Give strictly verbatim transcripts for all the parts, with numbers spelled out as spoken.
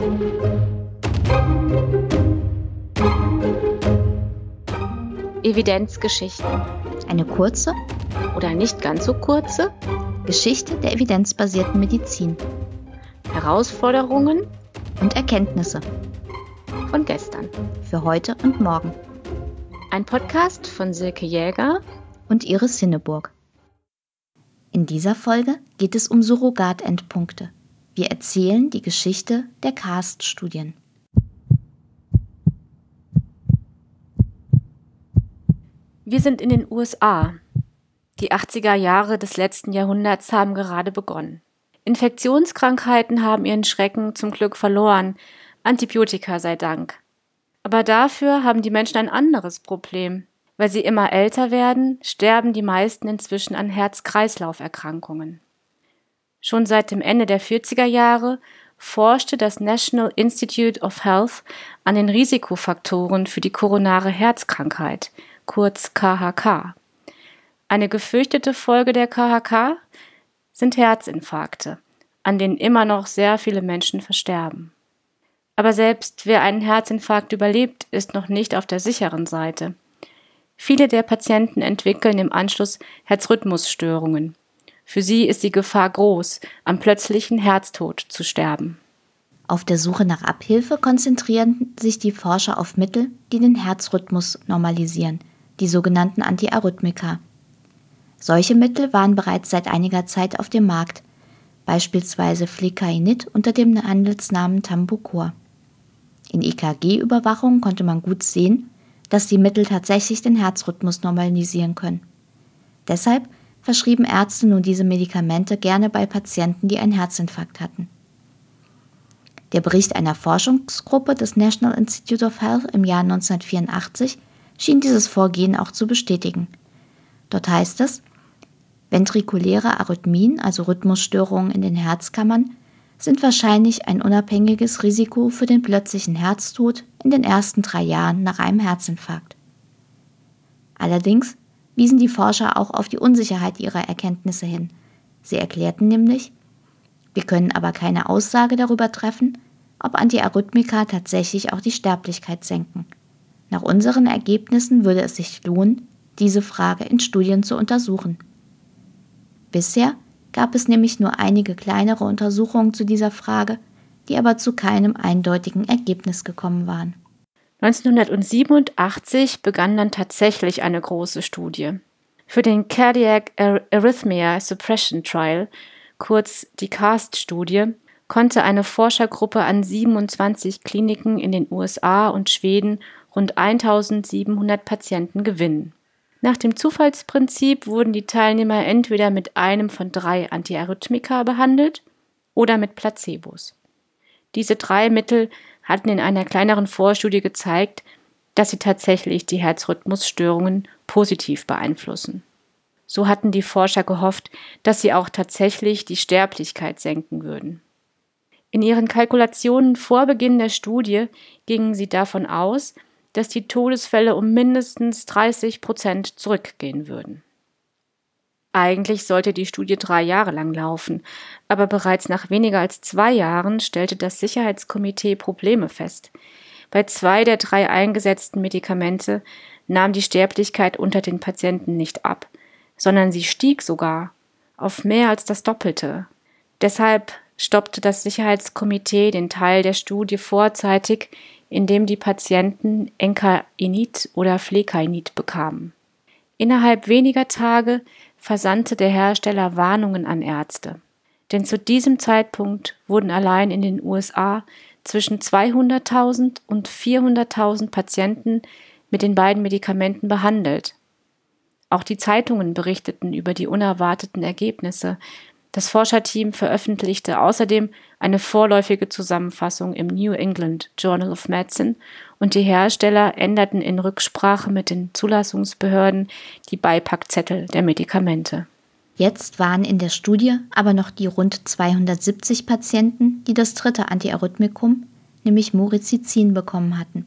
Evidenzgeschichten. Eine kurze Oder nicht ganz so kurze Geschichte der evidenzbasierten Medizin Herausforderungen und Erkenntnisse von gestern. für heute und morgen Ein Podcast von Silke Jäger. und Iris Hinneburg. In dieser Folge geht es um Surrogatendpunkte. Wir erzählen die Geschichte der C A S T-Studien. Wir sind in den U S A. Die achtziger Jahre des letzten Jahrhunderts haben gerade begonnen. Infektionskrankheiten haben ihren Schrecken zum Glück verloren, Antibiotika sei Dank. Aber dafür haben die Menschen ein anderes Problem. Weil sie immer älter werden, sterben die meisten inzwischen an Herz-Kreislauf-Erkrankungen. Schon seit dem Ende der vierziger Jahre forschte das National Institute of Health an den Risikofaktoren für die koronare Herzkrankheit, kurz K H K. Eine gefürchtete Folge der K H K sind Herzinfarkte, an denen immer noch sehr viele Menschen versterben. Aber selbst wer einen Herzinfarkt überlebt, ist noch nicht auf der sicheren Seite. Viele der Patienten entwickeln im Anschluss Herzrhythmusstörungen. Für sie ist die Gefahr groß, am plötzlichen Herztod zu sterben. Auf der Suche nach Abhilfe konzentrieren sich die Forscher auf Mittel, die den Herzrhythmus normalisieren, die sogenannten Antiarrhythmika. Solche Mittel waren bereits seit einiger Zeit auf dem Markt, beispielsweise Flecainid unter dem Handelsnamen Tambocor. In E K G-Überwachung konnte man gut sehen, dass die Mittel tatsächlich den Herzrhythmus normalisieren können. Deshalb verschrieben Ärzte nun diese Medikamente gerne bei Patienten, die einen Herzinfarkt hatten. Der Bericht einer Forschungsgruppe des National Institute of Health im Jahr neunzehnhundertvierundachtzig schien dieses Vorgehen auch zu bestätigen. Dort heißt es, ventrikuläre Arrhythmien, also Rhythmusstörungen in den Herzkammern, sind wahrscheinlich ein unabhängiges Risiko für den plötzlichen Herztod in den ersten drei Jahren nach einem Herzinfarkt. Allerdings wiesen die Forscher auch auf die Unsicherheit ihrer Erkenntnisse hin. Sie erklärten nämlich, wir können aber keine Aussage darüber treffen, ob Antiarrhythmika tatsächlich auch die Sterblichkeit senken. Nach unseren Ergebnissen würde es sich lohnen, diese Frage in Studien zu untersuchen. Bisher gab es nämlich nur einige kleinere Untersuchungen zu dieser Frage, die aber zu keinem eindeutigen Ergebnis gekommen waren. neunzehnhundertsiebenundachtzig begann dann tatsächlich eine große Studie. Für den Cardiac Arrhythmia Suppression Trial, kurz die C A S T-Studie, konnte eine Forschergruppe an siebenundzwanzig Kliniken in den U S A und Schweden rund eintausendsiebenhundert Patienten gewinnen. Nach dem Zufallsprinzip wurden die Teilnehmer entweder mit einem von drei Antiarrhythmika behandelt oder mit Placebos. Diese drei Mittel hatten in einer kleineren Vorstudie gezeigt, dass sie tatsächlich die Herzrhythmusstörungen positiv beeinflussen. So hatten die Forscher gehofft, dass sie auch tatsächlich die Sterblichkeit senken würden. In ihren Kalkulationen vor Beginn der Studie gingen sie davon aus, dass die Todesfälle um mindestens dreißig Prozent zurückgehen würden. Eigentlich sollte die Studie drei Jahre lang laufen, aber bereits nach weniger als zwei Jahren stellte das Sicherheitskomitee Probleme fest. Bei zwei der drei eingesetzten Medikamente nahm die Sterblichkeit unter den Patienten nicht ab, sondern sie stieg sogar auf mehr als das Doppelte. Deshalb stoppte das Sicherheitskomitee den Teil der Studie vorzeitig, indem die Patienten Encainid oder Flecainid bekamen. Innerhalb weniger Tage versandte der Hersteller Warnungen an Ärzte. Denn zu diesem Zeitpunkt wurden allein in den U S A zwischen zweihunderttausend und vierhunderttausend Patienten mit den beiden Medikamenten behandelt. Auch die Zeitungen berichteten über die unerwarteten Ergebnisse. Das Forscherteam veröffentlichte außerdem eine vorläufige Zusammenfassung im New England Journal of Medicine und die Hersteller änderten in Rücksprache mit den Zulassungsbehörden die Beipackzettel der Medikamente. Jetzt waren in der Studie aber noch die rund zweihundertsiebzig Patienten, die das dritte Antiarrhythmikum, nämlich Morizicin, bekommen hatten.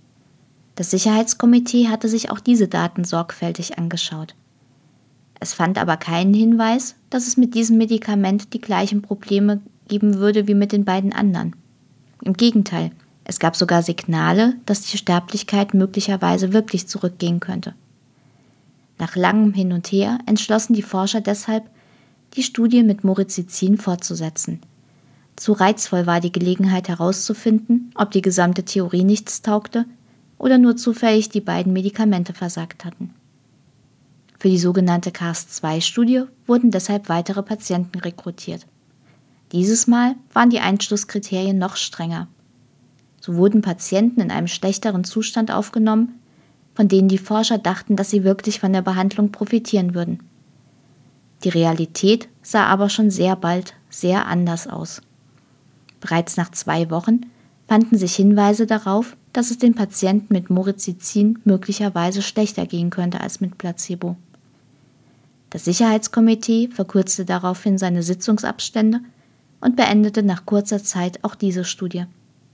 Das Sicherheitskomitee hatte sich auch diese Daten sorgfältig angeschaut. Es fand aber keinen Hinweis, dass es mit diesem Medikament die gleichen Probleme geben würde wie mit den beiden anderen. Im Gegenteil, es gab sogar Signale, dass die Sterblichkeit möglicherweise wirklich zurückgehen könnte. Nach langem Hin und Her entschlossen die Forscher deshalb, die Studie mit Morizizin fortzusetzen. Zu reizvoll war die Gelegenheit herauszufinden, ob die gesamte Theorie nichts taugte oder nur zufällig die beiden Medikamente versagt hatten. Für die sogenannte C A S zwei Studie wurden deshalb weitere Patienten rekrutiert. Dieses Mal waren die Einschlusskriterien noch strenger. So wurden Patienten in einem schlechteren Zustand aufgenommen, von denen die Forscher dachten, dass sie wirklich von der Behandlung profitieren würden. Die Realität sah aber schon sehr bald sehr anders aus. Bereits nach zwei Wochen fanden sich Hinweise darauf, dass es den Patienten mit Morizicin möglicherweise schlechter gehen könnte als mit Placebo. Das Sicherheitskomitee verkürzte daraufhin seine Sitzungsabstände und beendete nach kurzer Zeit auch diese Studie.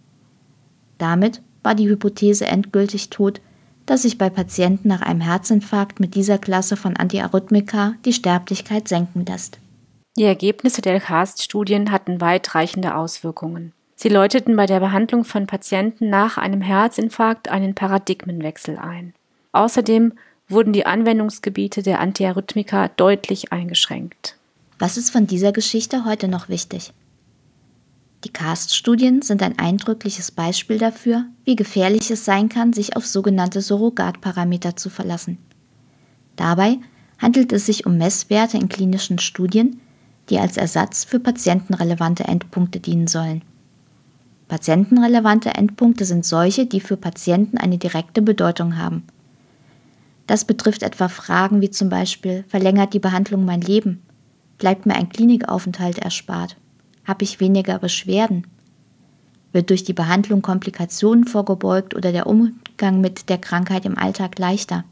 Damit war die Hypothese endgültig tot, dass sich bei Patienten nach einem Herzinfarkt mit dieser Klasse von Antiarrhythmika die Sterblichkeit senken lässt. Die Ergebnisse der C A S T-Studien hatten weitreichende Auswirkungen. Sie läuteten bei der Behandlung von Patienten nach einem Herzinfarkt einen Paradigmenwechsel ein. Außerdem wurden die Anwendungsgebiete der Antiarrhythmika deutlich eingeschränkt. Was ist von dieser Geschichte heute noch wichtig? Die C A S T-Studien sind ein eindrückliches Beispiel dafür, wie gefährlich es sein kann, sich auf sogenannte Surrogatparameter zu verlassen. Dabei handelt es sich um Messwerte in klinischen Studien, die als Ersatz für patientenrelevante Endpunkte dienen sollen. Patientenrelevante Endpunkte sind solche, die für Patienten eine direkte Bedeutung haben. Das betrifft etwa Fragen wie zum Beispiel: Verlängert die Behandlung mein Leben? Bleibt mir ein Klinikaufenthalt erspart? Habe ich weniger Beschwerden? Wird durch die Behandlung Komplikationen vorgebeugt oder der Umgang mit der Krankheit im Alltag leichter?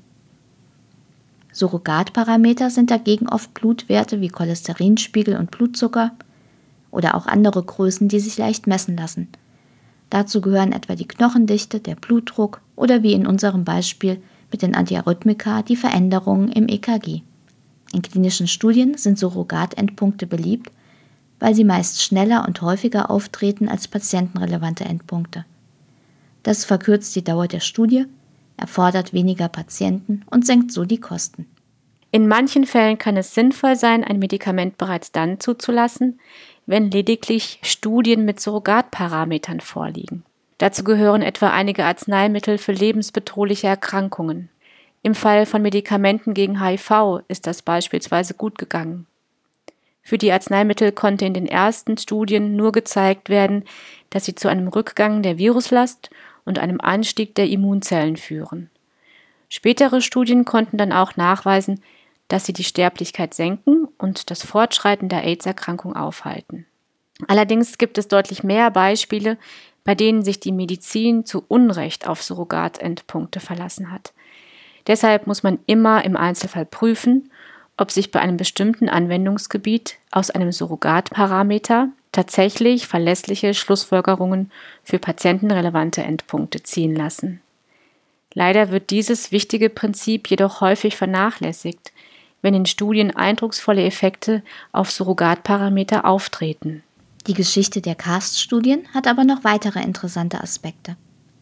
Surrogatparameter sind dagegen oft Blutwerte wie Cholesterinspiegel und Blutzucker oder auch andere Größen, die sich leicht messen lassen. Dazu gehören etwa die Knochendichte, der Blutdruck oder wie in unserem Beispiel mit den Antiarrhythmika die Veränderungen im E K G. In klinischen Studien sind Surrogatendpunkte beliebt, weil sie meist schneller und häufiger auftreten als patientenrelevante Endpunkte. Das verkürzt die Dauer der Studie, erfordert weniger Patienten und senkt so die Kosten. In manchen Fällen kann es sinnvoll sein, ein Medikament bereits dann zuzulassen, wenn lediglich Studien mit Surrogatparametern vorliegen. Dazu gehören etwa einige Arzneimittel für lebensbedrohliche Erkrankungen. Im Fall von Medikamenten gegen H I V ist das beispielsweise gut gegangen. Für die Arzneimittel konnte in den ersten Studien nur gezeigt werden, dass sie zu einem Rückgang der Viruslast und einem Anstieg der Immunzellen führen. Spätere Studien konnten dann auch nachweisen, dass sie die Sterblichkeit senken und das Fortschreiten der AIDS-Erkrankung aufhalten. Allerdings gibt es deutlich mehr Beispiele, bei denen sich die Medizin zu Unrecht auf Surrogatendpunkte verlassen hat. Deshalb muss man immer im Einzelfall prüfen, ob sich bei einem bestimmten Anwendungsgebiet aus einem Surrogatparameter tatsächlich verlässliche Schlussfolgerungen für patientenrelevante Endpunkte ziehen lassen. Leider wird dieses wichtige Prinzip jedoch häufig vernachlässigt, wenn in Studien eindrucksvolle Effekte auf Surrogatparameter auftreten. Die Geschichte der C A S T-Studien hat aber noch weitere interessante Aspekte.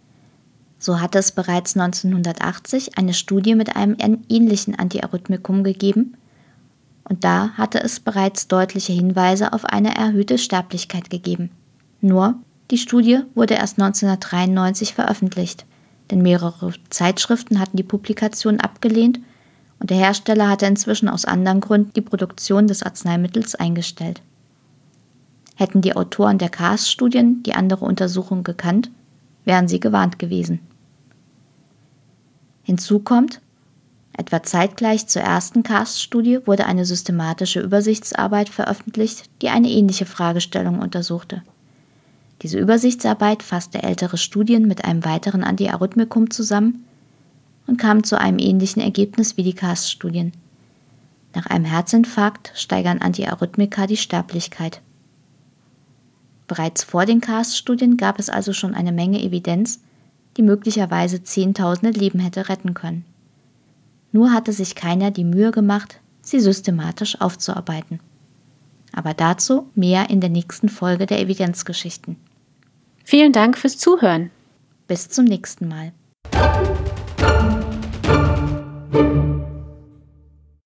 So hatte es bereits neunzehnhundertachtzig eine Studie mit einem ähnlichen Antiarrhythmikum gegeben, und da hatte es bereits deutliche Hinweise auf eine erhöhte Sterblichkeit gegeben. Nur, die Studie wurde erst neunzehnhundertdreiundneunzig veröffentlicht, denn mehrere Zeitschriften hatten die Publikation abgelehnt und der Hersteller hatte inzwischen aus anderen Gründen die Produktion des Arzneimittels eingestellt. Hätten die Autoren der C A S Studien die andere Untersuchung gekannt, wären sie gewarnt gewesen. Hinzu kommt, etwa zeitgleich zur ersten C A S Studie wurde eine systematische Übersichtsarbeit veröffentlicht, die eine ähnliche Fragestellung untersuchte. Diese Übersichtsarbeit fasste ältere Studien mit einem weiteren Antiarrhythmikum zusammen und kam zu einem ähnlichen Ergebnis wie die C A S Studien. Nach einem Herzinfarkt steigern Antiarrhythmika die Sterblichkeit. Bereits vor den C A S Studien gab es also schon eine Menge Evidenz, die möglicherweise Zehntausende Leben hätte retten können. Nur hatte sich keiner die Mühe gemacht, sie systematisch aufzuarbeiten. Aber dazu mehr in der nächsten Folge der Evidenzgeschichten. Vielen Dank fürs Zuhören. Bis zum nächsten Mal.